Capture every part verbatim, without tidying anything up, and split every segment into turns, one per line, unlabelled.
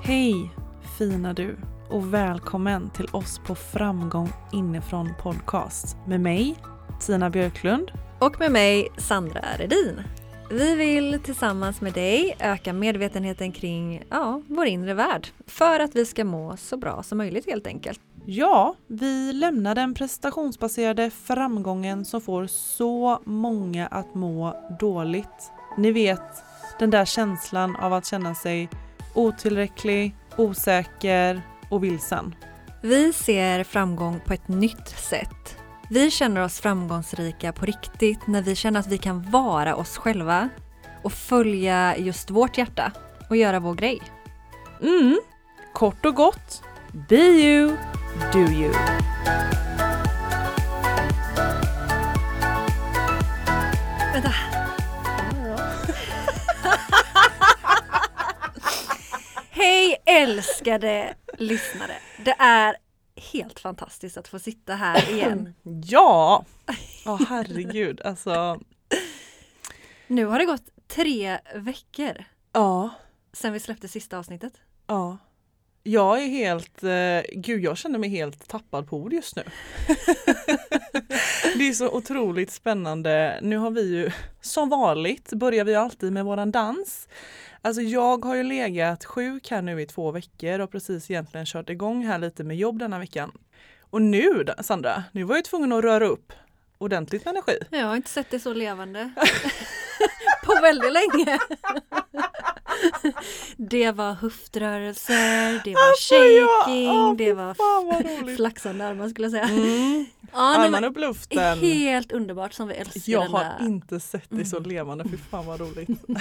Hej fina du och välkommen till oss på Framgång inifrån podcast med mig Tina Björklund
och med mig Sandra Redin. Vi vill tillsammans med dig öka medvetenheten kring ja, vår inre värld för att vi ska må så bra som möjligt helt enkelt.
Ja, vi lämnar den prestationsbaserade framgången som får så många att må dåligt. Ni vet, den där känslan av att känna sig otillräcklig, osäker och vilsen.
Vi ser framgång på ett nytt sätt. Vi känner oss framgångsrika på riktigt när vi känner att vi kan vara oss själva och följa just vårt hjärta och göra vår grej.
Mm, kort och gott, be you, do you.
Vänta. Hej älskade lyssnare. Det är helt fantastiskt att få sitta här igen.
Ja, oh, herregud. Alltså.
Nu har det gått tre veckor
Ja.
sen vi släppte sista avsnittet.
Ja. Jag är helt, eh, gud jag känner mig helt tappad på ord just nu. Det är så otroligt spännande. Nu har vi ju, som vanligt, börjar vi alltid med våran dans. Alltså jag har ju legat sjuk här nu i två veckor och precis egentligen kört igång här lite med jobb denna veckan. Och nu, Sandra, nu var jag tvungen att röra upp ordentligt med energi.
Jag har inte sett det så levande på väldigt länge. Det var höftrörelser, det var
alltså,
shaking,
ja, oh,
det var
f-
flaxande armar skulle jag säga.
Mm.
Ja,
armarna upp luften.
Helt underbart som vi älskar.
Jag
den
har
där.
inte sett det så levande, fy fan vad roligt. Den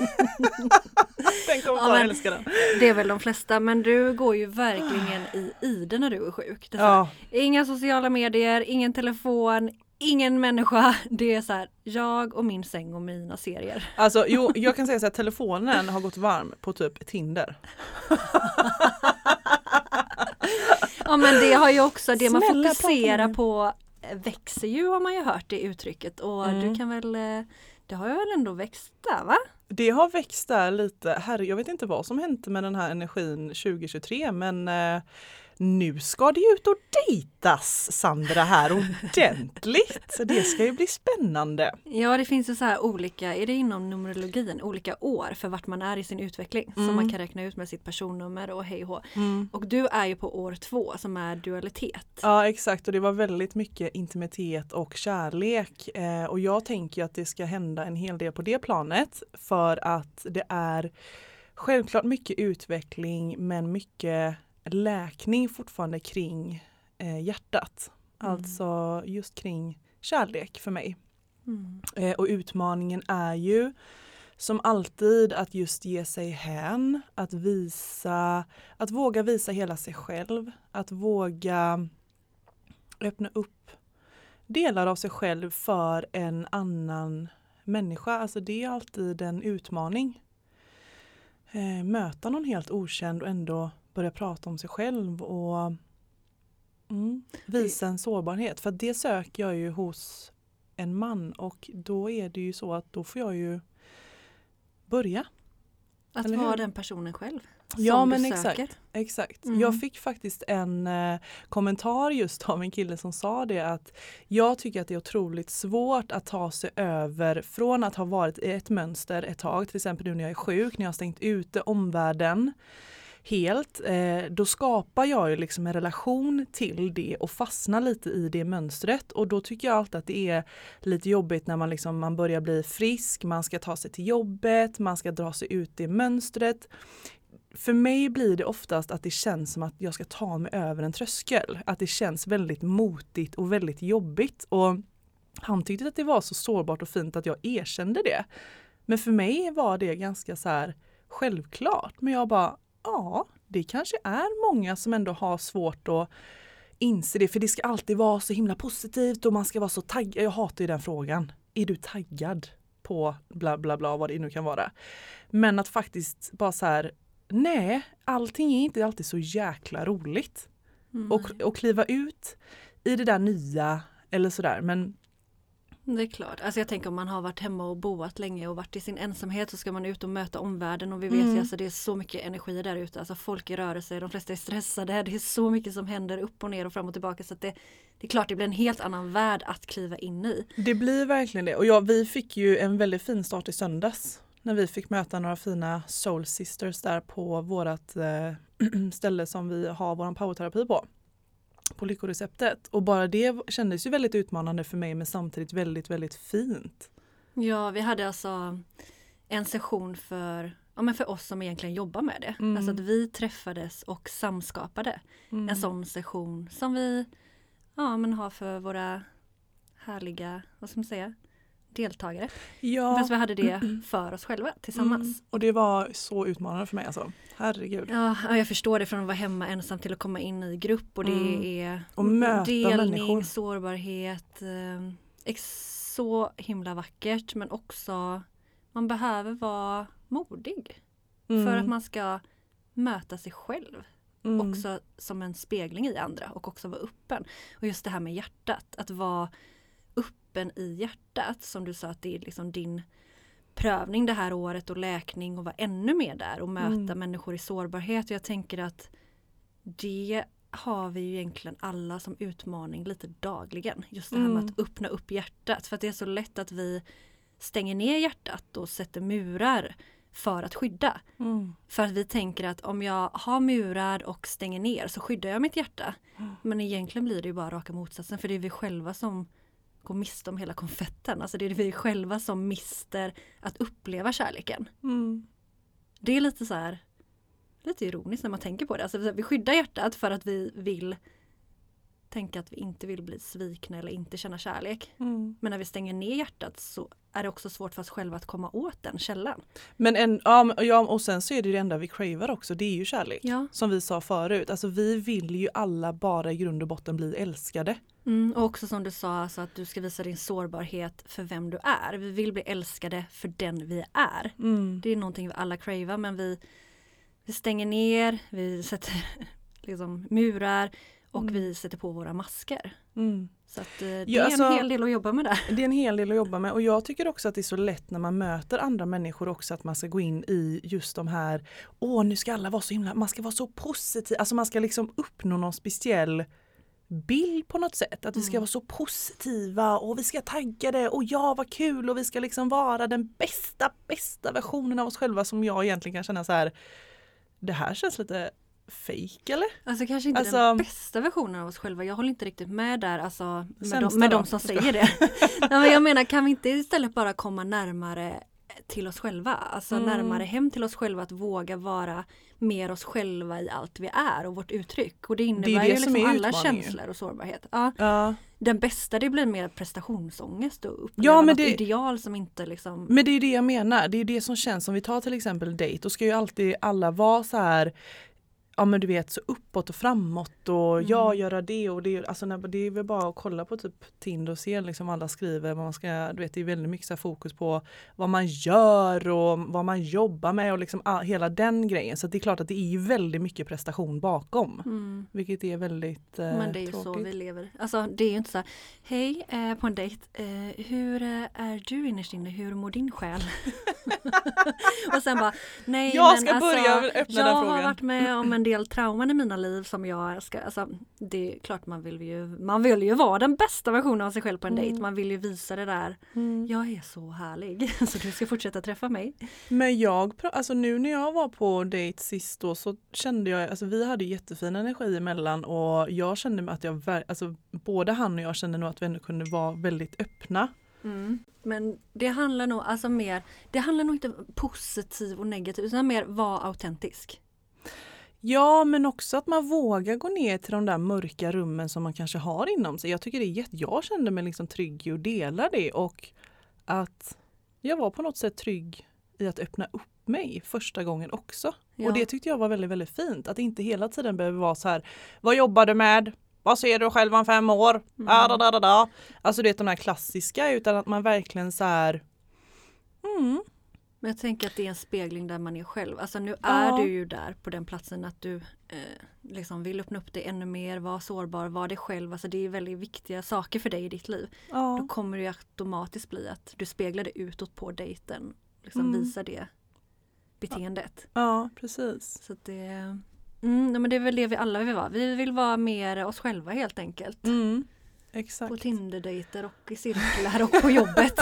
kommer
Ja,
bara
men
älska den.
Det är väl de flesta, men du går ju verkligen i ide när du är sjuk. Det är så här,
Ja.
inga sociala medier, ingen telefon, ingen människa. Det är så här, jag och min säng och mina serier.
Alltså, jo, jag kan säga så att telefonen har gått varm på typ Tinder.
Ja, men det har ju också, det man
Snälla,
fokuserar på växer ju, har man ju hört det uttrycket. Och
Mm.
du kan väl, det har ju väl ändå växt där, va?
Det har växt där lite. Herre, jag vet inte vad som hände med den här energin tjugo tjugotre, men eh, nu ska det ju ut och dejtas, Sandra, här ordentligt. Så det ska ju bli spännande.
Ja, det finns ju så här olika, är det inom numerologin, olika år för vart man är i sin utveckling.
Mm.
Som man kan räkna ut med sitt personnummer och hej och
Mm.
Och du är ju på år två som är dualitet.
Ja, exakt. Och det var väldigt mycket intimitet och kärlek. Eh, och jag tänker att det ska hända en hel del på det planet. För att det är självklart mycket utveckling men mycket läkning fortfarande kring eh, hjärtat.
Mm.
Alltså just kring kärlek för mig.
Mm.
Eh, och utmaningen är ju som alltid att just ge sig hän, att visa, att våga visa hela sig själv, att våga öppna upp delar av sig själv för en annan människa. Alltså det är alltid en utmaning. Eh, möta någon helt okänd och ändå börja prata om sig själv och mm, visa en sårbarhet. För det söker jag ju hos en man och då är det ju så att då får jag ju börja.
Att
Eller
vara
hur?
den personen själv. Som
Ja,
du
men
söker.
exakt. exakt.
Mm.
Jag fick faktiskt en eh, kommentar just av en kille som sa det att jag tycker att det är otroligt svårt att ta sig över från att ha varit i ett mönster ett tag, till exempel nu när jag är sjuk, när jag har stängt ute omvärlden helt, eh, då skapar jag ju liksom en relation till det och fastnar lite i det mönstret och då tycker jag alltid att det är lite jobbigt när man liksom, man börjar bli frisk, man ska ta sig till jobbet, man ska dra sig ut det mönstret. För mig blir det oftast att det känns som att jag ska ta mig över en tröskel, att det känns väldigt motigt och väldigt jobbigt och han tyckte att det var så sårbart och fint att jag erkände det. Men för mig var det ganska så här självklart, men jag bara ja, det kanske är många som ändå har svårt att inse det. För det ska alltid vara så himla positivt och man ska vara så taggad. Jag hatar ju den frågan. Är du taggad på bla bla bla vad det nu kan vara? Men att faktiskt bara så här, nej, allting är inte alltid så jäkla roligt.
Mm.
Och, och kliva ut i det där nya eller sådär. Men
Det är klart. Alltså jag tänker om man har varit hemma och boat länge och varit i sin ensamhet så ska man ut och möta omvärlden och vi vet mm. ju alltså det är så mycket energi där ute. Alltså folk i rörelse, de flesta är stressade. Det är så mycket som händer upp och ner och fram och tillbaka så att det, det är klart det blir en helt annan värld att kliva in i.
Det blir verkligen det. Och ja, vi fick ju en väldigt fin start i söndags när vi fick möta några fina soul sisters där på vårat eh, ställe som vi har våran powerterapi på. På Lyckoreceptet. Och bara det kändes ju väldigt utmanande för mig men samtidigt väldigt, väldigt fint.
Ja, vi hade alltså en session för, ja, men för oss som egentligen jobbar med det.
Mm.
Alltså att vi träffades och samskapade
Mm.
en sån session som vi ja, men har för våra härliga, vad ska man säga, deltagare.
Ja.
Fast vi hade det för oss själva tillsammans.
Mm. Och det var så utmanande för mig alltså. Herregud.
Ja, jag förstår det från att vara hemma ensam till att komma in i grupp och det
mm.
är
och möta
delning,
människor.
Sårbarhet, eh, så himla vackert men också man behöver vara modig
Mm.
för att man ska möta sig själv.
Mm.
Också som en spegling i andra och också vara öppen. Och just det här med hjärtat, att vara öppen i hjärtat som du sa att det är liksom din prövning det här året och läkning och vara ännu mer där och möta
Mm.
människor i sårbarhet. Och jag tänker att det har vi ju egentligen alla som utmaning lite dagligen. Just det här
Mm.
med att öppna upp hjärtat. För att det är så lätt att vi stänger ner hjärtat och sätter murar för att skydda.
Mm.
För att vi tänker att om jag har murar och stänger ner så skyddar jag mitt hjärta.
Mm.
Men egentligen blir det ju bara raka motsatsen. För det är vi själva som går miste om hela konfetten. Alltså det är vi själva som mister att uppleva kärleken.
Mm.
Det är lite så här, lite ironiskt när man tänker på det. Alltså vi skyddar hjärtat för att vi vill tänka att vi inte vill bli svikna eller inte känna kärlek.
Mm.
Men när vi stänger ner hjärtat så är det också svårt för oss själva att komma åt den källan.
Men en, ja, men- ja, och sen så är det det enda vi cravar också, det är ju kärlek.
Ja.
Som vi sa förut, alltså vi vill ju alla bara i grund och botten bli älskade.
Mm, och också som du sa, alltså att du ska visa din sårbarhet för vem du är. Vi vill bli älskade för den vi är.
Mm.
Det är någonting vi alla cravar, men vi, vi stänger ner, vi sätter liksom murar och
Mm.
vi sätter på våra masker.
Mm.
Så att, eh, det
Ja,
är
alltså-
en hel del att jobba med där.
Det är en hel del att jobba med och jag tycker också att det är så lätt när man möter andra människor också att man ska gå in i just de här, åh nu ska alla vara så himla, man ska vara så positiv, alltså man ska liksom uppnå någon speciell bild på något sätt, att vi ska
Mm.
vara så positiva och vi ska tagga det och ja vad kul och vi ska liksom vara den bästa, bästa versionen av oss själva som jag egentligen kan känna så här, det här känns lite fake eller?
Alltså kanske inte
Alltså-
den bästa versionen av oss själva. Jag håller inte riktigt med där alltså, med,
Sämsta
de, med
då?
de som säger det. Nej, men jag menar, kan vi inte istället bara komma närmare till oss själva? Alltså
Mm.
närmare hem till oss själva, att våga vara mer oss själva i allt vi är och vårt uttryck. Och det innebär
Det är det
ju
som
liksom
är
alla
utmaningen.
känslor och sårbarhet. Ja,
Ja.
den bästa det blir mer prestationsångest och uppleva
Ja, men
något
det-
ideal som inte liksom...
Men det är det jag menar, det är det som känns som vi tar till exempel dejt, då ska ju alltid alla vara så här, ja men du vet så uppåt och framåt och
Mm.
jag göra det och det, alltså när, det är väl bara att kolla på typ Tinder och se liksom alla skriver vad man ska, du vet det är väldigt mycket så här fokus på vad man gör och vad man jobbar med och liksom all, hela den grejen, så att det är klart att det är ju väldigt mycket prestation bakom,
Mm.
vilket är väldigt eh,
Men det är ju så
tråkigt.
vi lever. Alltså det är ju inte så här, hej eh, på en dejt, eh, hur eh, är du innerst inne, hur mår din själ? Och sen bara, nej
Jag
men
ska
alltså,
börja öppna
jag
den
har
frågan.
varit med om en del trauman i mina liv som jag ska, alltså det är klart man vill ju, man vill ju vara den bästa versionen av sig själv på en
Mm.
dejt, man vill ju visa det där,
Mm.
jag är så härlig, så du ska fortsätta träffa mig.
Men jag, pra- alltså nu när jag var på dejt sist då så kände jag, alltså vi hade jättefin energi emellan och jag kände att jag, ver- alltså både han och jag kände nog att vi ändå kunde vara väldigt öppna.
Mm. Men det handlar nog alltså mer, det handlar nog inte positiv och negativ utan mer vara autentisk.
Ja, men också att man vågar gå ner till de där mörka rummen som man kanske har inom sig. Jag tycker det är jätte, jag kände mig liksom trygg i att dela det och att jag var på något sätt trygg i att öppna upp mig första gången också.
Ja.
Och det tyckte jag var väldigt, väldigt fint. Att inte hela tiden behöver vara så här, vad jobbar du med? Vad ser du själv om fem år?
Mm.
Ah, da, da, da, da. Alltså det är de här klassiska, utan att man verkligen så här, mm,
Men jag tänker att det är en spegling där man är själv. Alltså nu
Ja.
är du ju där på den platsen att du eh, liksom vill öppna upp dig ännu mer, vara sårbar, vara dig själv. Alltså det är väldigt viktiga saker för dig i ditt liv.
Ja.
Då kommer det ju automatiskt bli att du speglar det utåt på dejten. Liksom
Mm.
visar det beteendet.
Ja, precis.
Så att det, mm, ja, men det är väl det vi alla vill vara. Vi vill vara mer oss själva helt enkelt.
Mm. Exakt.
På Tinder-dejter och i cirklar och på jobbet.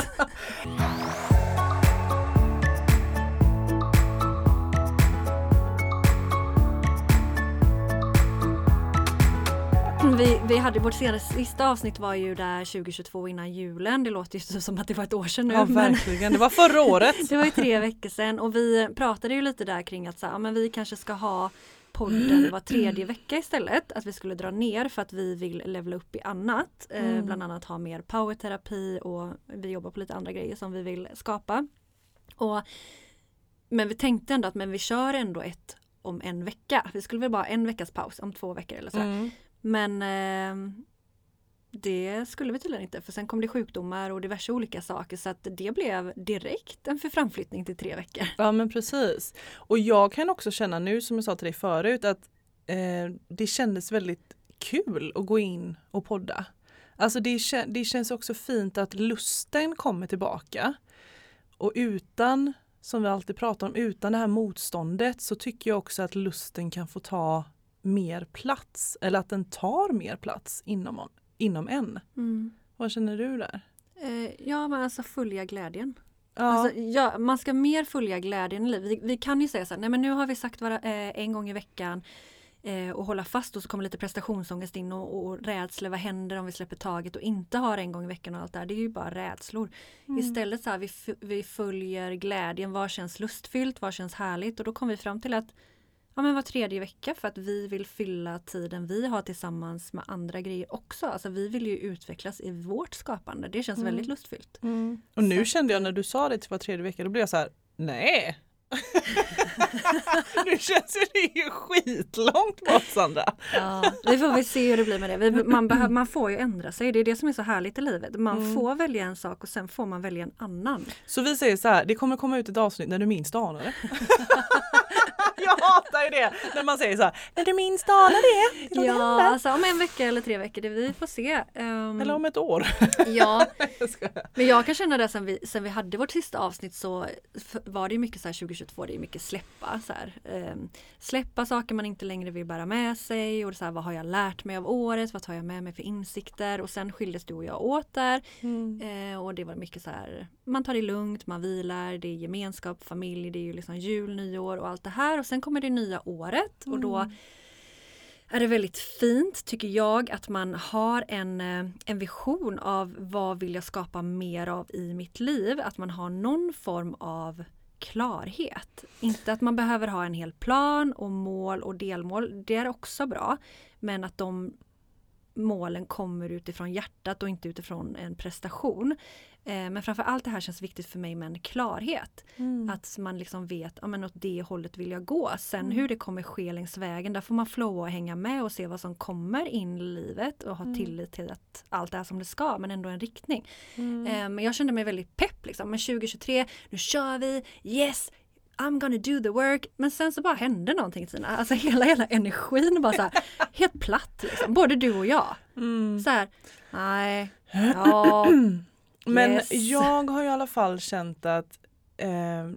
Vi, vi hade vårt senaste, sista avsnitt var ju där tjugohundratjugotvå innan julen. Det låter ju som att det var ett år sedan nu.
Ja, verkligen. Det var förra året.
Det var ju tre veckor sedan och vi pratade ju lite där kring att så, ja, men vi kanske ska ha podden var tredje vecka istället. Att vi skulle dra ner för att vi vill levela upp i annat. Mm. Eh, bland annat ha mer powerterapi och vi jobbar på lite andra grejer som vi vill skapa. Och, men vi tänkte ändå att men vi kör ändå ett om en vecka. Vi skulle väl bara en veckas paus om två veckor eller så. Mm. Men eh, det skulle vi tydligen inte. För sen kom det sjukdomar och diverse olika saker. Så att det blev direkt en förframflyttning till tre veckor.
Ja, men precis. Och jag kan också känna nu, som jag sa till dig förut, att eh, det kändes väldigt kul att gå in och podda. Alltså det, det känns också fint att lusten kommer tillbaka. Och utan, som vi alltid pratar om, utan det här motståndet så tycker jag också att lusten kan få ta mer plats. Eller att den tar mer plats inom, inom en. Mm. Vad känner du där?
Eh, ja, men alltså följa glädjen.
Ja.
Alltså, ja, man ska mer följa glädjen i livet. Vi, vi kan ju säga så här, nej men nu har vi sagt vara, eh, en gång i veckan eh, och hålla fast och så kommer lite prestationsångest in och, och rädsla, vad händer om vi släpper taget och inte har en gång i veckan och allt det här. Det är ju bara rädslor. Mm. Istället så här, vi, f- vi följer glädjen, vad känns lustfyllt, vad känns härligt och då kommer vi fram till att ja, men var tredje vecka för att vi vill fylla tiden vi har tillsammans med andra grejer också. Alltså vi vill ju utvecklas i vårt skapande. Det känns mm. väldigt lustfyllt.
Mm. Och nu så. Kände jag när du sa det till var tredje vecka, då blev jag så här, nej. Nu känns det ju skitlångt bort, Sandra.
Ja, vi får väl se hur det blir med det. Vi, man, behöv, man får ju ändra sig. Det är det som är så härligt i livet. Man mm. får välja en sak och sen får man välja en annan.
Så vi säger så här, det kommer komma ut ett avsnitt när du minst anar det. Jag hatar ju det när man säger så här, när du minst anar det. det
ja, alltså om en vecka eller tre veckor, det vi får se. Um,
eller om ett år.
Ja, men jag kan känna det sen vi, sen vi hade vårt sista avsnitt så var det ju mycket så här tjugohundratjugotvå, det är mycket släppa. Så här, um, släppa saker man inte längre vill bära med sig och så här, vad har jag lärt mig av året, vad tar jag med mig för insikter och sen skildes du och jag åt där. Mm. Uh, och det var mycket så här, man tar det lugnt, man vilar, det är gemenskap, familj, det är ju liksom jul, nyår och allt det här och sen kommer det nya året och då är det väldigt fint tycker jag att man har en, en vision av vad vill jag skapa mer av i mitt liv. Att man har någon form av klarhet. Inte att man behöver ha en hel plan och mål och delmål. Det är också bra. Men att de målen kommer utifrån hjärtat och inte utifrån en prestation. Eh, men framför allt det här känns viktigt för mig med en klarhet. Mm. Att man liksom vet, ja men åt det hållet vill jag gå. Sen mm. hur det kommer ske längs vägen, där får man flowa och hänga med och se vad som kommer in i livet och ha mm. tillit till att allt är som det ska, men ändå en riktning. Mm. Eh, men jag kände mig väldigt pepp liksom, men tjugohundratjugotre, nu kör vi, yes! I'm gonna do the work. Men sen så bara hände någonting Tina. Alltså hela, hela energin bara så här, helt platt liksom. Både du och jag. Mm. Så här, nej, ja.
Men
yes.
jag har i alla fall känt att eh,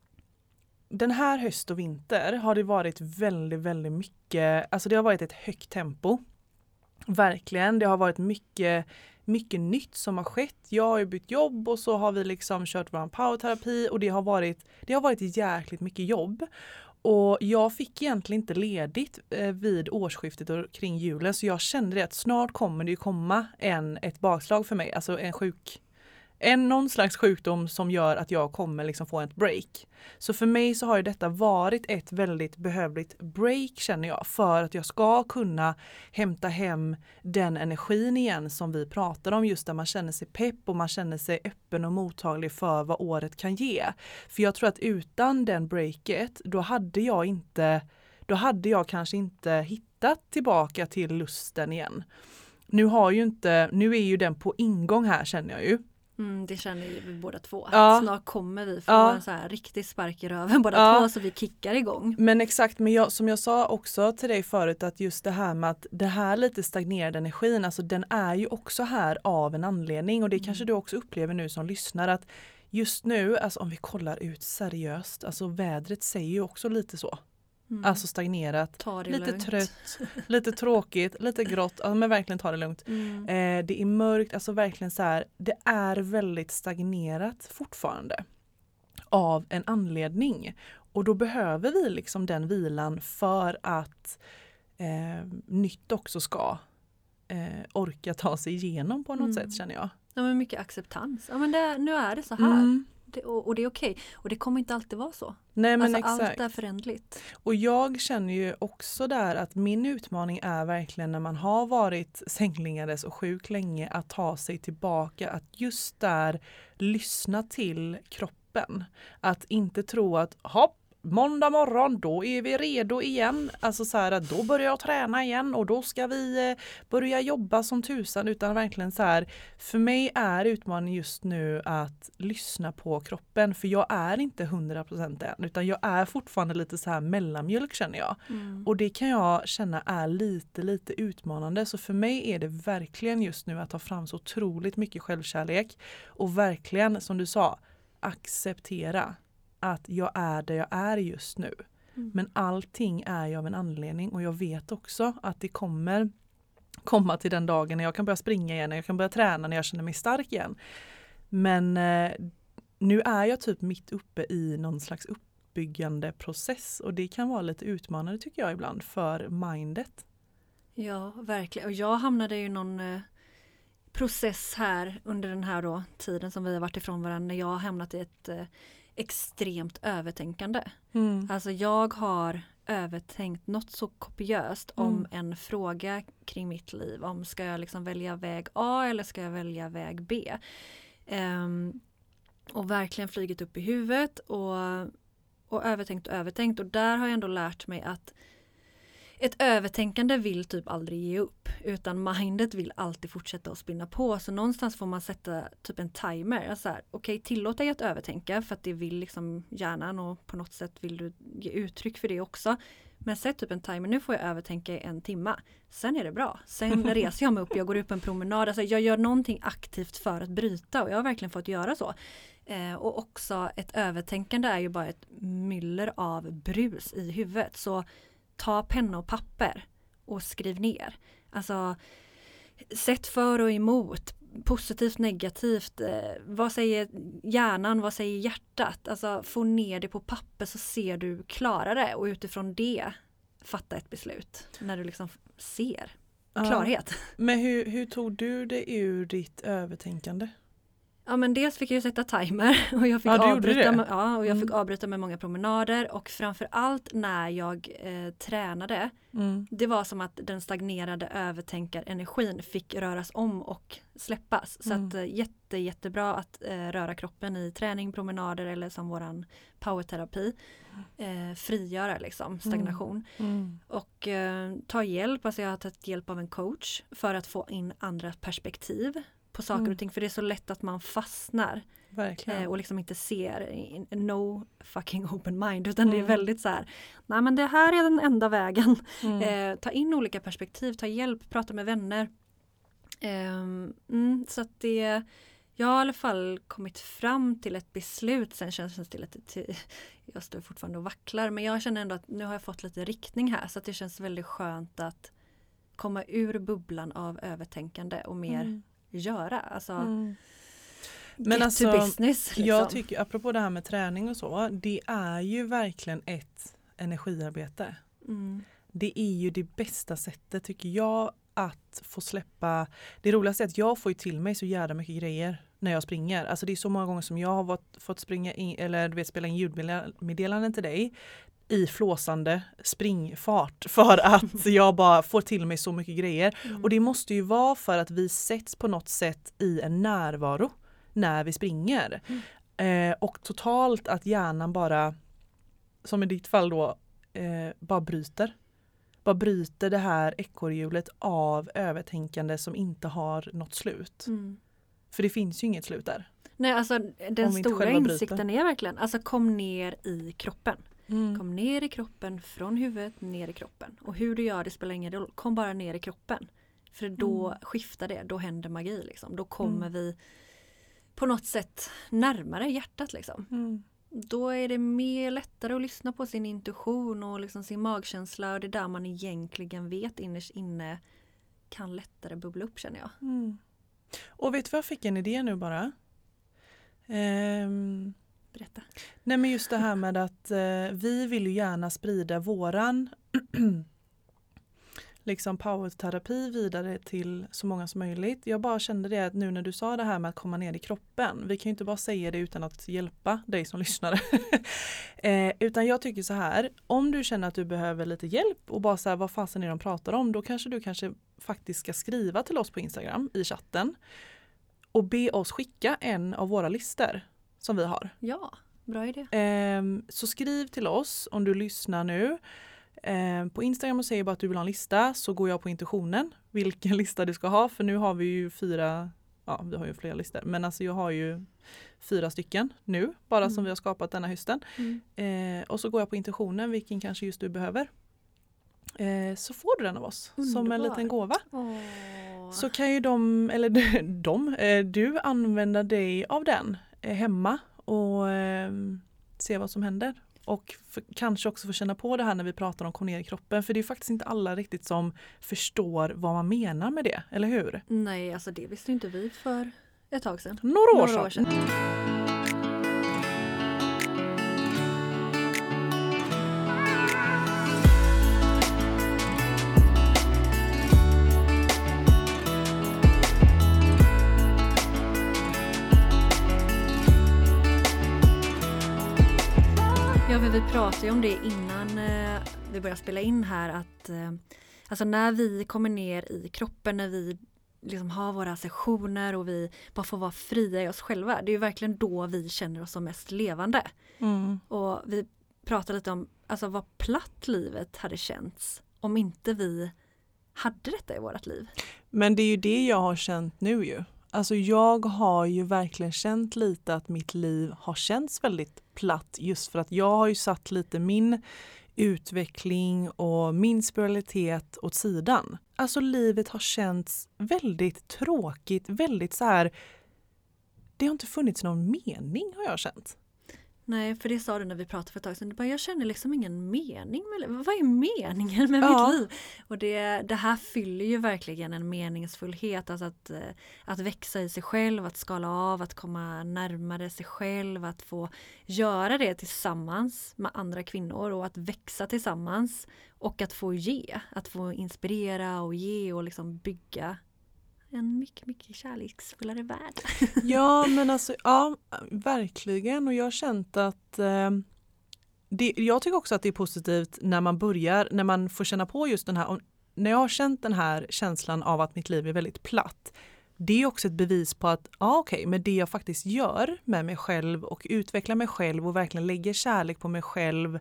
den här höst och vinter har det varit väldigt, väldigt mycket. Alltså det har varit ett högt tempo. Verkligen. Det har varit mycket mycket nytt som har skett. Jag har ju bytt jobb och så har vi liksom kört vår powerterapi och det har varit det har varit jäkligt mycket jobb. Och jag fick egentligen inte ledigt eh, vid årsskiftet och kring julen så jag kände det att snart kommer det ju komma en, ett bakslag för mig. Alltså en sjuk En någon slags sjukdom som gör att jag kommer liksom få ett break. Så för mig så har ju detta varit ett väldigt behövligt break känner jag. För att jag ska kunna hämta hem den energin igen som vi pratar om. Just där man känner sig pepp och man känner sig öppen och mottaglig för vad året kan ge. För jag tror att utan den breaket då hade jag inte, då hade jag kanske inte hittat tillbaka till lusten igen. Nu har ju inte, nu är ju den på ingång här känner jag ju.
Mm, det känner ju vi båda två.
Ja.
Snart kommer vi få
Ja.
en så här riktig spark i röven båda
Ja.
två så vi kickar igång.
Men exakt, men jag, som jag sa också till dig förut att just det här med att det här lite stagnerade energin, alltså den är ju också här av en anledning och det
Mm.
kanske du också upplever nu som lyssnar att just nu, alltså om vi kollar ut seriöst, alltså vädret säger ju också lite så.
Mm.
Alltså stagnerat,
Ta det
lite
lugnt.
trött, lite tråkigt, lite grått, ja, men verkligen ta det lugnt.
Mm.
Eh, det är mörkt, alltså verkligen så här, det är väldigt stagnerat fortfarande av en anledning. Och då behöver vi liksom den vilan för att eh, nytt också ska eh, orka ta sig igenom på något
Mm.
sätt, känner jag.
Ja, men mycket acceptans. Ja, men det, nu är det så här.
Mm.
Det, och, och det är okej. Och det kommer inte alltid vara så.
Nej, men
Alltså,
exakt.
allt är förändligt.
Och jag känner ju också där att min utmaning är verkligen när man har varit sänglingades och sjuk länge att ta sig tillbaka, att just där lyssna till kroppen. Att inte tro att hopp, måndag morgon då är vi redo igen. Alltså så här att då börjar jag träna igen och då ska vi eh, börja jobba som tusan, utan verkligen så här, för mig är utmaningen just nu att lyssna på kroppen, för jag är inte hundra procent än utan jag är fortfarande lite så här mellanmjölk, känner jag.
Mm.
Och det kan jag känna är lite lite utmanande, så för mig är det verkligen just nu att ta fram så otroligt mycket självkärlek och verkligen, som du sa, acceptera att jag är där jag är just nu.
Mm.
Men allting är ju av en anledning och jag vet också att det kommer komma till den dagen när jag kan börja springa igen, när jag kan börja träna, när jag känner mig stark igen. Men eh, nu är jag typ mitt uppe i någon slags uppbyggande process och det kan vara lite utmanande tycker jag ibland för mindet.
Ja, verkligen. Och jag hamnade i någon eh, process här under den här då, tiden som vi har varit ifrån varandra, när jag har hamnat i ett eh, extremt övertänkande.
Mm.
Alltså jag har övertänkt något så kopiöst om
Mm.
en fråga kring mitt liv. Om ska jag liksom välja väg A eller ska jag välja väg B? Um, och verkligen flygit upp i huvudet och, och övertänkt och övertänkt. Och där har jag ändå lärt mig att ett övertänkande vill typ aldrig ge upp, utan mindet vill alltid fortsätta att spinna på. Så någonstans får man sätta typ en timer. Alltså här, okej, tillåt dig att övertänka för att det vill liksom hjärnan och på något sätt vill du ge uttryck för det också. Men sätt typ en timer, nu får jag övertänka i en timma. Sen är det bra. Sen reser jag mig upp, jag går upp en promenad. Alltså jag gör någonting aktivt för att bryta och jag har verkligen fått göra så. Eh, och också ett övertänkande är ju bara ett myller av brus i huvudet. Så ta penna och papper och skriv ner. Alltså, sätt för och emot. Positivt, negativt. Eh, vad säger hjärnan? Vad säger hjärtat? Alltså, få ner det på papper så ser du klarare. Och utifrån det fatta ett beslut. När du liksom ser klarhet.
Ja. Men hur, hur tog du det ur ditt övertänkande?
Ja, men dels fick jag ju sätta timer och jag fick,
Ja, du gjorde
avbryta,
det.
med, ja, och jag fick
Mm.
avbryta med många promenader och framförallt när jag eh, tränade,
Mm.
det var som att den stagnerade övertänkarenergin fick röras om och släppas. Så
Mm.
att eh, jätte, jättebra att eh, röra kroppen i träning, promenader eller som våran powerterapi. Eh, frigöra liksom stagnation.
Mm.
Och eh, ta hjälp, alltså jag har tagit hjälp av en coach för att få in andra perspektiv på saker
Mm.
och ting. För det är så lätt att man fastnar
Verkligen.
eh, och liksom inte ser in, no fucking open mind. Utan det är
Mm.
väldigt så här, nej men det här är den enda vägen.
Mm.
Eh, ta in olika perspektiv, ta hjälp, prata med vänner. Eh, mm, så att det, jag har i alla fall kommit fram till ett beslut. Sen känns det lite, till, jag står fortfarande och vacklar. Men jag känner ändå att nu har jag fått lite riktning här. Så att det känns väldigt skönt att komma ur bubblan av övertänkande och mer
Mm.
göra. Alltså,
Mm.
get
Men
to
alltså,
business. Liksom.
Jag tycker, apropå det här med träning och så, det är ju verkligen ett energiarbete.
Mm.
Det är ju det bästa sättet tycker jag att få släppa. Det roligaste är att jag får ju till mig så jävla mycket grejer när jag springer. Alltså det är så många gånger som jag har fått, fått springa in, eller du vet, spela in ljudmeddelanden till dig i flåsande springfart för att jag bara får till mig så mycket grejer.
Mm.
Och det måste ju vara för att vi sätts på något sätt i en närvaro när vi springer. Mm. Eh, och totalt att hjärnan bara, som i ditt fall då, eh, bara bryter. Bara bryter det här ekorrhjulet av övertänkande som inte har något slut.
Mm.
För det finns ju inget slut där.
Nej, alltså den
Om vi inte
stora
själva bryter.
insikten är verkligen, alltså kom ner i kroppen.
Mm.
Kom ner i kroppen, från huvudet ner i kroppen. Och hur du gör det spelar ingen roll. Kom bara ner i kroppen. För då
Mm.
skiftar det, då händer magi liksom. Då kommer
Mm.
vi på något sätt närmare hjärtat liksom.
Mm.
Då är det mer lättare att lyssna på sin intuition och liksom sin magkänsla. Och det där man egentligen vet innerst inne kan lättare bubbla upp, känner jag.
Mm. Och vet du vad, jag fick en idé nu bara? Ehm,
Berätta.
nej men just det här med att eh, vi vill ju gärna sprida våran liksom powerterapi vidare till så många som möjligt. Jag bara kände det att nu när du sa det här med att komma ner i kroppen, vi kan ju inte bara säga det utan att hjälpa dig som lyssnare. eh, utan jag tycker så här, om du känner att du behöver lite hjälp och bara så här, vad fasen är de pratar om, då kanske du kanske faktiskt ska skriva till oss på Instagram i chatten och be oss skicka en av våra listor som vi har.
Ja, bra idé.
Eh, så skriv till oss om du lyssnar nu. Eh, på Instagram och säger bara att du vill ha en lista, så går jag på intuitionen vilken lista du ska ha, för nu har vi ju fyra, ja vi har ju flera listor, men alltså jag har ju fyra stycken nu bara
Mm.
som vi har skapat denna hösten.
Mm.
Eh, och så går jag på intuitionen vilken kanske just du behöver. Eh, så får du den av oss som en
Underbar.
liten gåva.
Åh.
Så kan ju de, eller de, eh, du använda dig av den eh, hemma och eh, se vad som händer. Och för, kanske också få känna på det här när vi pratar om kom ner i kroppen. För det är faktiskt inte alla riktigt som förstår vad man menar med det, eller hur?
Nej, alltså det visste inte vi för ett tag sedan.
Några år
Några år
sedan.
sedan. Ja, för vi pratade ju om det innan eh, vi började spela in här, att eh, alltså när vi kommer ner i kroppen, när vi liksom har våra sessioner och vi bara får vara fria i oss själva, det är ju verkligen då vi känner oss som mest levande.
Mm.
Och vi pratade lite om alltså vad platt livet hade känts om inte vi hade detta i vårt liv.
Men det är ju det jag har känt nu ju. Alltså jag har ju verkligen känt lite att mitt liv har känts väldigt platt, just för att jag har ju satt lite min utveckling och min spiritualitet åt sidan. Alltså livet har känts väldigt tråkigt, väldigt så här, det har inte funnits någon mening har jag känt.
Nej, för det sa du när vi pratade för ett tag sedan. Du bara, jag känner liksom ingen mening med livet. Vad är meningen med
Ja.
mitt liv? Och det, det här fyller ju verkligen en meningsfullhet. Alltså att, eh, att växa i sig själv, att skala av, att komma närmare sig själv. Att få göra det tillsammans med andra kvinnor och att växa tillsammans. Och att få ge, att få inspirera och ge och liksom bygga en mycket, mycket kärleksfullare värld.
Ja, men alltså, ja, verkligen. Och jag har känt att eh, det, jag tycker också att det är positivt när man börjar, när man får känna på just den här, och när jag har känt den här känslan av att mitt liv är väldigt platt. Det är också ett bevis på att, ja okej, men det jag faktiskt gör med mig själv och utvecklar mig själv och verkligen lägger kärlek på mig själv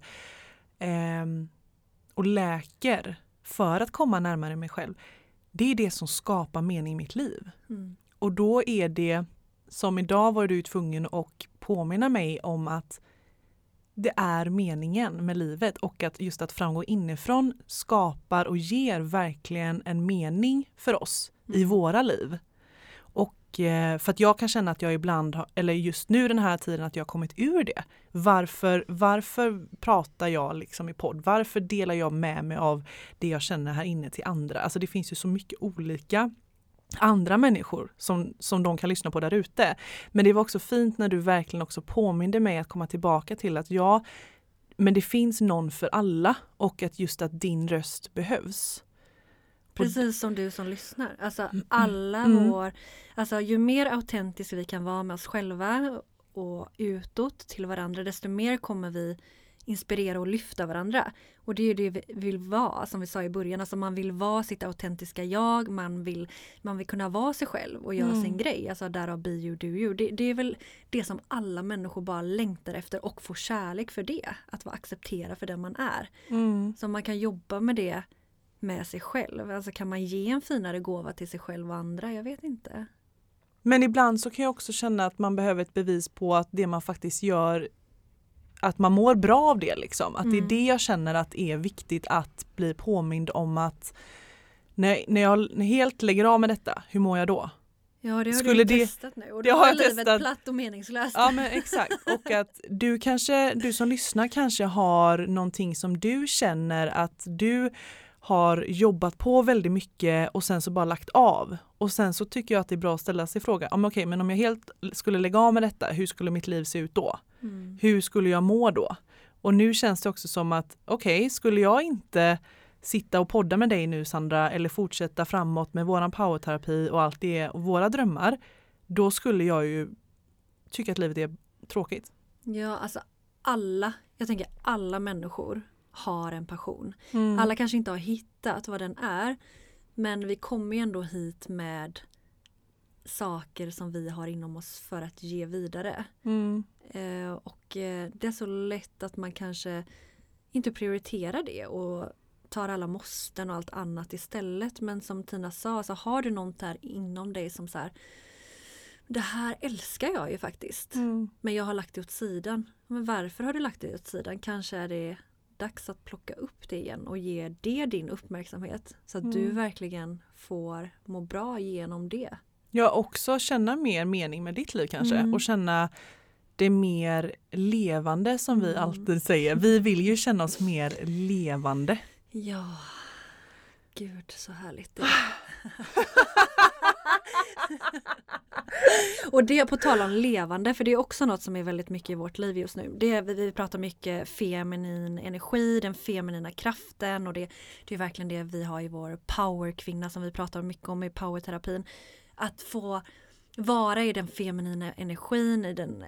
eh, och läker för att komma närmare mig själv. Det är det som skapar mening i mitt liv.
Mm.
Och då är det, som idag var du tvungen att påminna mig om att det är meningen med livet och att just att framgå inifrån skapar och ger verkligen en mening för oss mm. i våra liv. Och eh, för att jag kan känna att jag ibland, har, eller just nu den här tiden, att jag har kommit ur det. Varför, varför pratar jag liksom i podd? Varför delar jag med mig av det jag känner här inne till andra? Alltså det finns ju så mycket olika andra människor som, som de kan lyssna på där ute. Men det var också fint när du verkligen också påminde mig att komma tillbaka till att ja, men det finns någon för alla och att just att din röst behövs.
Precis som du som lyssnar. Alltså alla
mm.
vår, alltså ju mer autentisk vi kan vara med oss själva och utåt till varandra, desto mer kommer vi inspirera och lyfta varandra. Och det är ju det vi vill vara, som vi sa i början. Alltså man vill vara sitt autentiska jag, man vill, man vill kunna vara sig själv och göra mm. sin grej. Alltså därav be you, do you. Det, det är väl det som alla människor bara längtar efter och får kärlek för det. Att vara accepterad för den man är.
Mm.
Så man kan jobba med det med sig själv. Alltså kan man ge en finare gåva till sig själv och andra? Jag vet inte.
Men ibland så kan jag också känna att man behöver ett bevis på att det man faktiskt gör, att man mår bra av det liksom. Att mm. det är det jag känner att är viktigt att bli påmind om att när, när jag helt lägger av med detta, hur mår jag då?
Ja, det har
Skulle
du
det,
testat nu och då har livet testat. Platt och meningslöst.
Ja, men exakt. Och att du kanske, du som lyssnar kanske har någonting som du känner att du har jobbat på väldigt mycket och sen så bara lagt av. Och sen så tycker jag att det är bra att ställa sig frågan, ja, men okej, men om jag helt skulle lägga av med detta, hur skulle mitt liv se ut då? Mm. Hur skulle jag må då? Och nu känns det också som att, okej, okay, skulle jag inte sitta och podda med dig nu, Sandra, eller fortsätta framåt med våran powerterapi och allt det och våra drömmar, då skulle jag ju tycka att livet är tråkigt.
Ja, alltså alla, jag tänker alla människor har en passion.
Mm.
Alla kanske inte har hittat vad den är, men vi kommer ju ändå hit med saker som vi har inom oss för att ge vidare.
Mm.
Eh, och eh, det är så lätt att man kanske inte prioriterar det och tar alla måsten och allt annat istället. Men som Tina sa, så har du något där inom dig som så här, det här älskar jag ju faktiskt.
Mm.
Men jag har lagt det åt sidan. Men varför har du lagt det åt sidan? Kanske är det dags att plocka upp det igen och ge det din uppmärksamhet. Så att mm. du verkligen får må bra genom det.
Jag också känna mer mening med ditt liv kanske. Mm. Och känna det mer levande som vi mm. alltid säger. Vi vill ju känna oss mer levande.
Ja, gud så härligt det. Och det på tal om levande, för det är också något som är väldigt mycket i vårt liv just nu. Det är, vi pratar mycket feminin energi, den feminina kraften, och det, det är verkligen det vi har i vår powerkvinna som vi pratar mycket om i powerterapin. Att få vara i den feminina energin, i den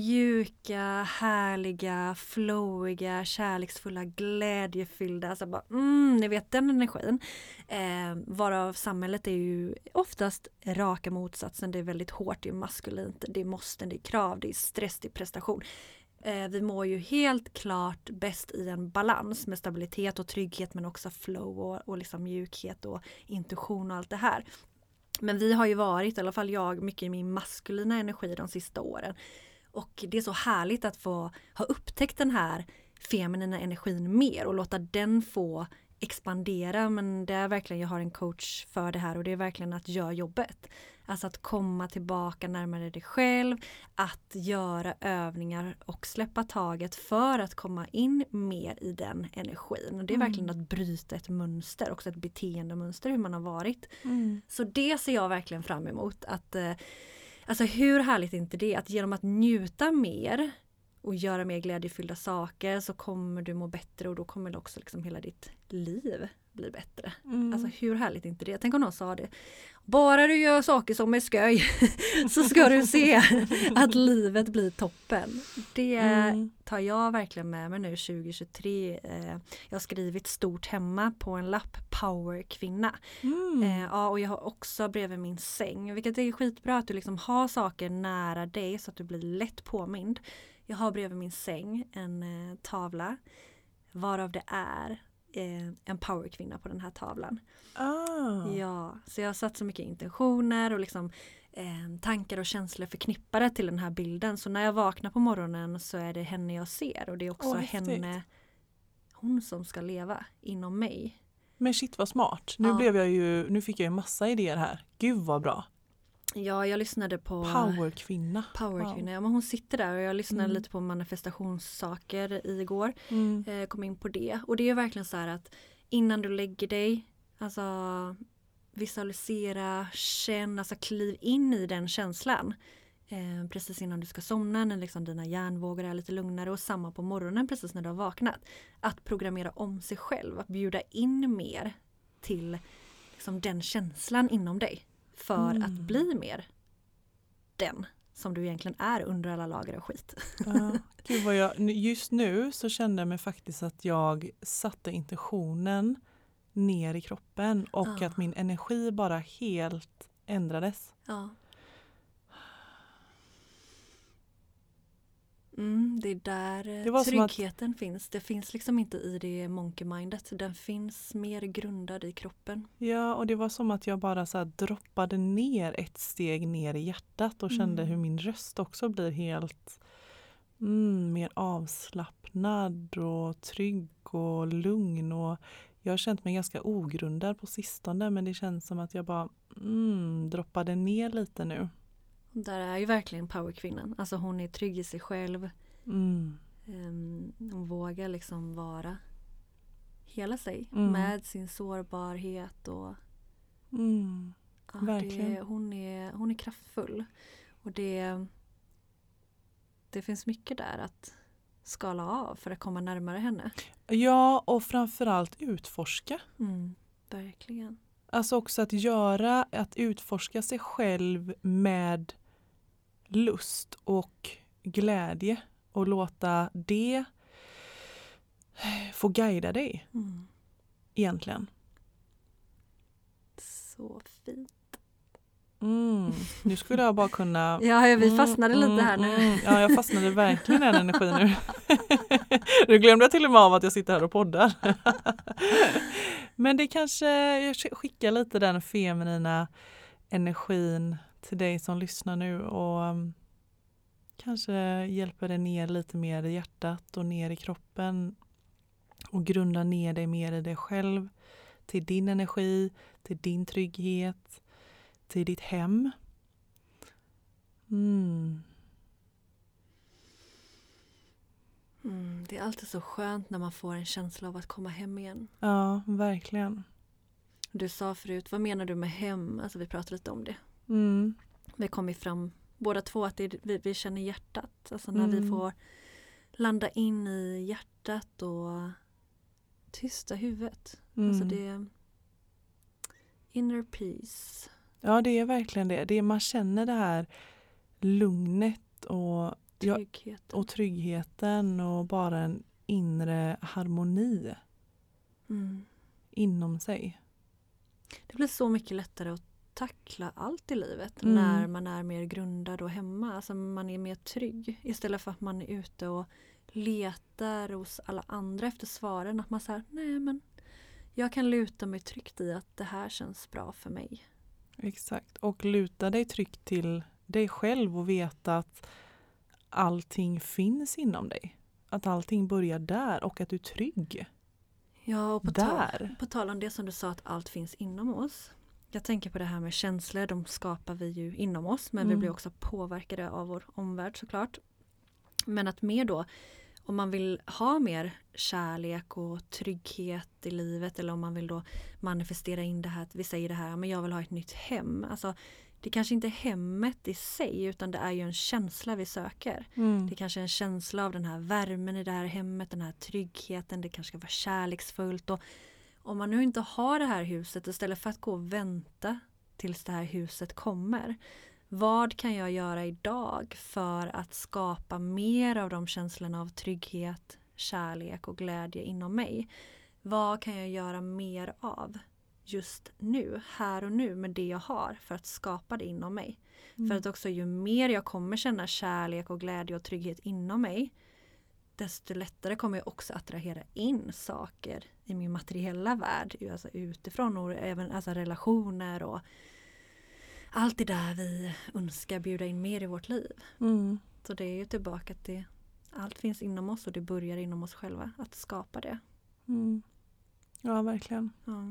mjuka, härliga, flowiga, kärleksfulla, glädjefyllda. Alltså bara, mm, ni vet den energin. Eh, varav samhället är ju oftast raka motsatsen. Det är väldigt hårt, det är maskulint, det är måsten, det är krav, det är stress, det är prestation. Eh, vi mår ju helt klart bäst i en balans med stabilitet och trygghet, men också flow och, och liksom mjukhet och intuition och allt det här. Men vi har ju varit, i alla fall jag, mycket i min maskulina energi de sista åren. Och det är så härligt att få ha upptäckt den här feminina energin mer och låta den få expandera. Men det är verkligen, jag har en coach för det här, och det är verkligen att göra jobbet. Alltså att komma tillbaka närmare dig själv, att göra övningar och släppa taget för att komma in mer i den energin. Och det är mm. verkligen att bryta ett mönster, också ett beteendemönster hur man har varit.
Mm.
Så det ser jag verkligen fram emot. Att, eh, alltså hur härligt är inte det? Att genom att njuta mer och göra mer glädjefyllda saker så kommer du må bättre, och då kommer också liksom hela ditt liv bli bättre.
Mm.
Alltså hur härligt är inte det? Tänk om någon sa det. Bara du gör saker som är skoj så ska du se att livet blir toppen. Det mm. tar jag verkligen med mig nu tjugo tjugotre. Jag har skrivit stort hemma på en lapp, powerkvinna.
Mm.
Ja, och jag har också bredvid min säng, vilket är skitbra att du liksom har saker nära dig så att du blir lätt påmind. Jag har bredvid min säng en eh, tavla varav det är eh, en powerkvinna på den här tavlan.
Oh.
Ja, så jag har satt så mycket intentioner och liksom eh, tankar och känslor förknippade till den här bilden. Så när jag vaknar på morgonen så är det henne jag ser, och det är också oh, henne, hon som ska leva inom mig.
Men shit vad smart. Nu,
ja.
blev jag ju, nu fick jag ju massa idéer här. Gud vad bra.
Ja, jag lyssnade på
Powerkvinna.
Powerkvinna,
wow.
Ja, men hon sitter där, och jag lyssnade
mm.
lite på manifestationssaker igår.
Mm.
Eh, kom in på det. Och det är verkligen så här att innan du lägger dig, alltså visualisera, känn, alltså kliv in i den känslan. Eh, precis innan du ska somna, när liksom dina hjärnvågor är lite lugnare, och samma på morgonen precis när du har vaknat. Att programmera om sig själv, att bjuda in mer till liksom den känslan inom dig. För mm. att bli mer den som du egentligen är under alla lager av skit.
Ja, gud vad jag, just nu så kände jag mig faktiskt att jag satte intentionen ner i kroppen. Och ja. Att min energi bara helt ändrades.
Ja. Mm, det är där
Det var som att-
tryggheten finns. Det finns liksom inte i det monkey-mindet. Den finns mer grundad i kroppen.
Ja, och det var som att jag bara så här droppade ner ett steg ner i hjärtat och kände
Mm.
hur min röst också blir helt mm, mer avslappnad och trygg och lugn. Och jag har känt mig ganska ogrundad på sistone, men det känns som att jag bara mm, droppade ner lite nu.
Där är ju verkligen powerkvinnan. Alltså hon är trygg i sig själv.
Mm.
Um, hon vågar liksom vara hela sig
Mm.
med sin sårbarhet och
Mm.
ja,
Verkligen.
det, hon, är, hon är kraftfull. Och det, det finns mycket där att skala av för att komma närmare henne.
Ja, och framförallt utforska.
Mm, verkligen.
Alltså också att göra, att utforska sig själv med lust och glädje och låta det få guida dig
Mm.
egentligen.
Så fint.
Mm. Nu skulle jag bara kunna...
Ja, vi fastnade
Mm,
lite här nu.
mm, ja, jag fastnade verkligen i den energin nu. Nu glömde jag till och med av att jag sitter här och poddar. Men det kanske, jag skickar lite den feminina energin till dig som lyssnar nu och um, kanske hjälper dig ner lite mer i hjärtat och ner i kroppen och grunda ner dig mer i dig själv, till din energi, till din trygghet, till ditt hem. Mm.
Mm, det är alltid så skönt när man får en känsla av att komma hem igen.
Ja, verkligen.
Du sa förut, vad menar du med hem? Alltså vi pratade lite om det.
Mm.
Vi kom ju fram båda två att det är, vi, vi känner hjärtat. Alltså när
Mm.
vi får landa in i hjärtat och tysta huvudet.
Mm.
Alltså det är inner peace.
Ja, det är verkligen det. det är, man känner det här lugnet och, ja,
Tryggheten.
och tryggheten och bara en inre harmoni
Mm.
inom sig.
Det blir så mycket lättare att tackla allt i livet
Mm.
när man är mer grundad och hemma. Alltså man är mer trygg istället för att man är ute och letar hos alla andra efter svaren. Att man säger, nej men jag kan luta mig tryggt i att det här känns bra för mig.
Exakt. Och luta dig tryggt till dig själv och veta att allting finns inom dig. Att allting börjar där och att du är trygg.
Ja, och på,
Där.
tal, på tal om det som du sa att allt finns inom oss. Jag tänker på det här med känslor, de skapar vi ju inom oss men
Mm.
vi blir också påverkade av vår omvärld såklart. Men att mer då, om man vill ha mer kärlek och trygghet i livet eller om man vill då manifestera in det här, att vi säger det här, men jag vill ha ett nytt hem. Alltså det kanske inte är hemmet i sig utan det är ju en känsla vi söker.
Mm.
Det kanske är en känsla av den här värmen i det här hemmet, den här tryggheten, det kanske ska vara kärleksfullt. Och om man nu inte har det här huset, istället för att gå och vänta tills det här huset kommer. Vad kan jag göra idag för att skapa mer av de känslorna av trygghet, kärlek och glädje inom mig? Vad kan jag göra mer av just nu, här och nu med det jag har för att skapa det inom mig?
Mm.
För att också ju mer jag kommer känna kärlek och glädje och trygghet inom mig, desto lättare kommer jag också attrahera in saker i min materiella värld, alltså utifrån och även alltså relationer och allt det där vi önskar bjuda in mer i vårt liv.
Mm.
Så det är ju tillbaka till allt finns inom oss och det börjar inom oss själva att skapa det.
Mm. Ja, verkligen.
Ja.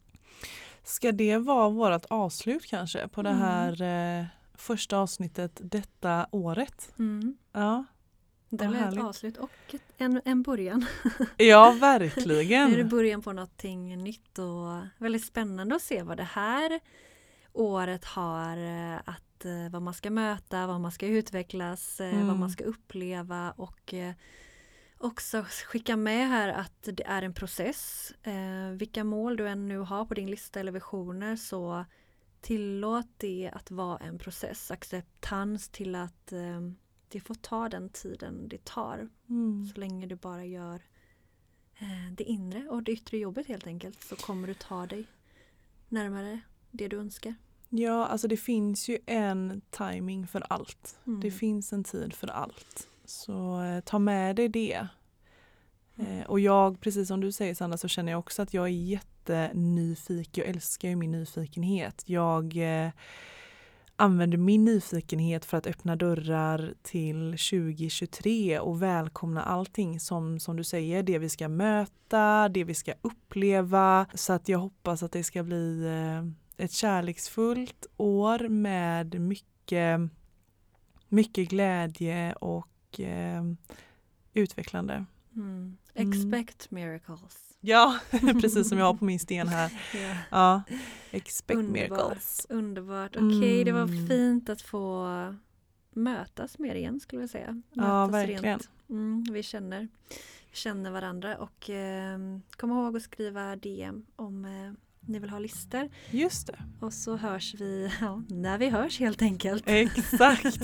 Ska det vara vårt avslut kanske på det
Mm.
här eh, första avsnittet detta året?
Mm.
Ja,
Det
Vad
blev ett
härligt.
avslut och ett, en, en början.
ja
Nu är det
verkligen.
början på någonting nytt och väldigt spännande att se vad det här året har eh, att eh, vad man ska möta, vad man ska utvecklas, eh,
Mm.
vad man ska uppleva och eh, också skicka med här att det är en process. Eh, vilka mål du än nu har på din lista eller visioner så tillåt det att vara en process. Acceptans till att eh, det får ta den tiden det tar.
Mm.
Så länge du bara gör eh, det inre och det yttre jobbet helt enkelt så kommer du ta dig närmare det du önskar.
Ja, alltså det finns ju en timing för allt.
Mm.
Det finns en tid för allt. Så eh, ta med dig det. Eh, och jag, precis som du säger Sandra, så känner jag också att jag är jättenyfiken. Jag älskar ju min nyfikenhet. Jag eh, använder min nyfikenhet för att öppna dörrar till tjugo tjugotre och välkomna allting som, som du säger, det vi ska möta, det vi ska uppleva. Så att jag hoppas att det ska bli eh, ett kärleksfullt år med mycket, mycket glädje och eh, utvecklande.
Mm. Expect mm. miracles.
Ja, precis som jag har på min sten här.
Yeah.
Ja, expect
Underbart,
miracles.
Underbart. Okej, okay, mm. det var fint att få mötas mer igen skulle jag säga. Mötas
ja, verkligen.
Mm, vi känner, känner varandra och eh, kom ihåg att skriva D M om eh, ni vill ha listor.
Just det.
Och så hörs vi ja, när vi hörs helt enkelt.
Exakt.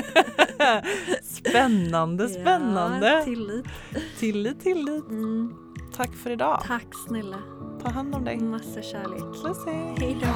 Spännande, spännande.
Ja, tillit.
Tillit, tillit.
Mm.
Tack för idag.
Tack snälla.
Ta hand om dig.
Massa kärlek.
Puss, hej.
Hej då.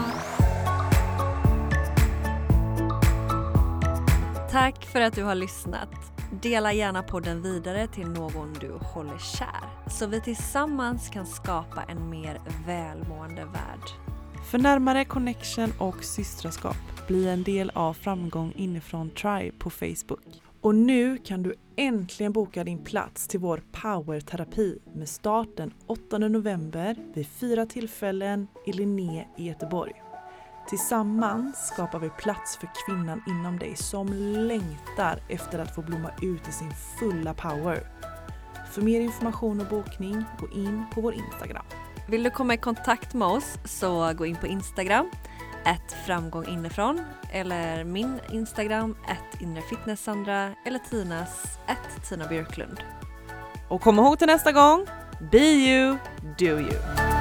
Tack för att du har lyssnat. Dela gärna podden vidare till någon du håller kär. Så vi tillsammans kan skapa en mer välmående värld.
För närmare connection och systraskap, bli en del av Framgång inifrån Tribe på Facebook. Och nu kan du äntligen boka din plats till vår powerterapi med start den åttonde november vid fyra tillfällen i Linné i Göteborg. Tillsammans skapar vi plats för kvinnan inom dig som längtar efter att få blomma ut i sin fulla power. För mer information och bokning, gå in på vår Instagram.
Vill du komma i kontakt med oss så gå in på Instagram, at framgång inifrån, eller min Instagram, at inrefitnesssandra, eller Tinas, at Tina Björklund.
Och kom ihåg till nästa gång, be you, do you.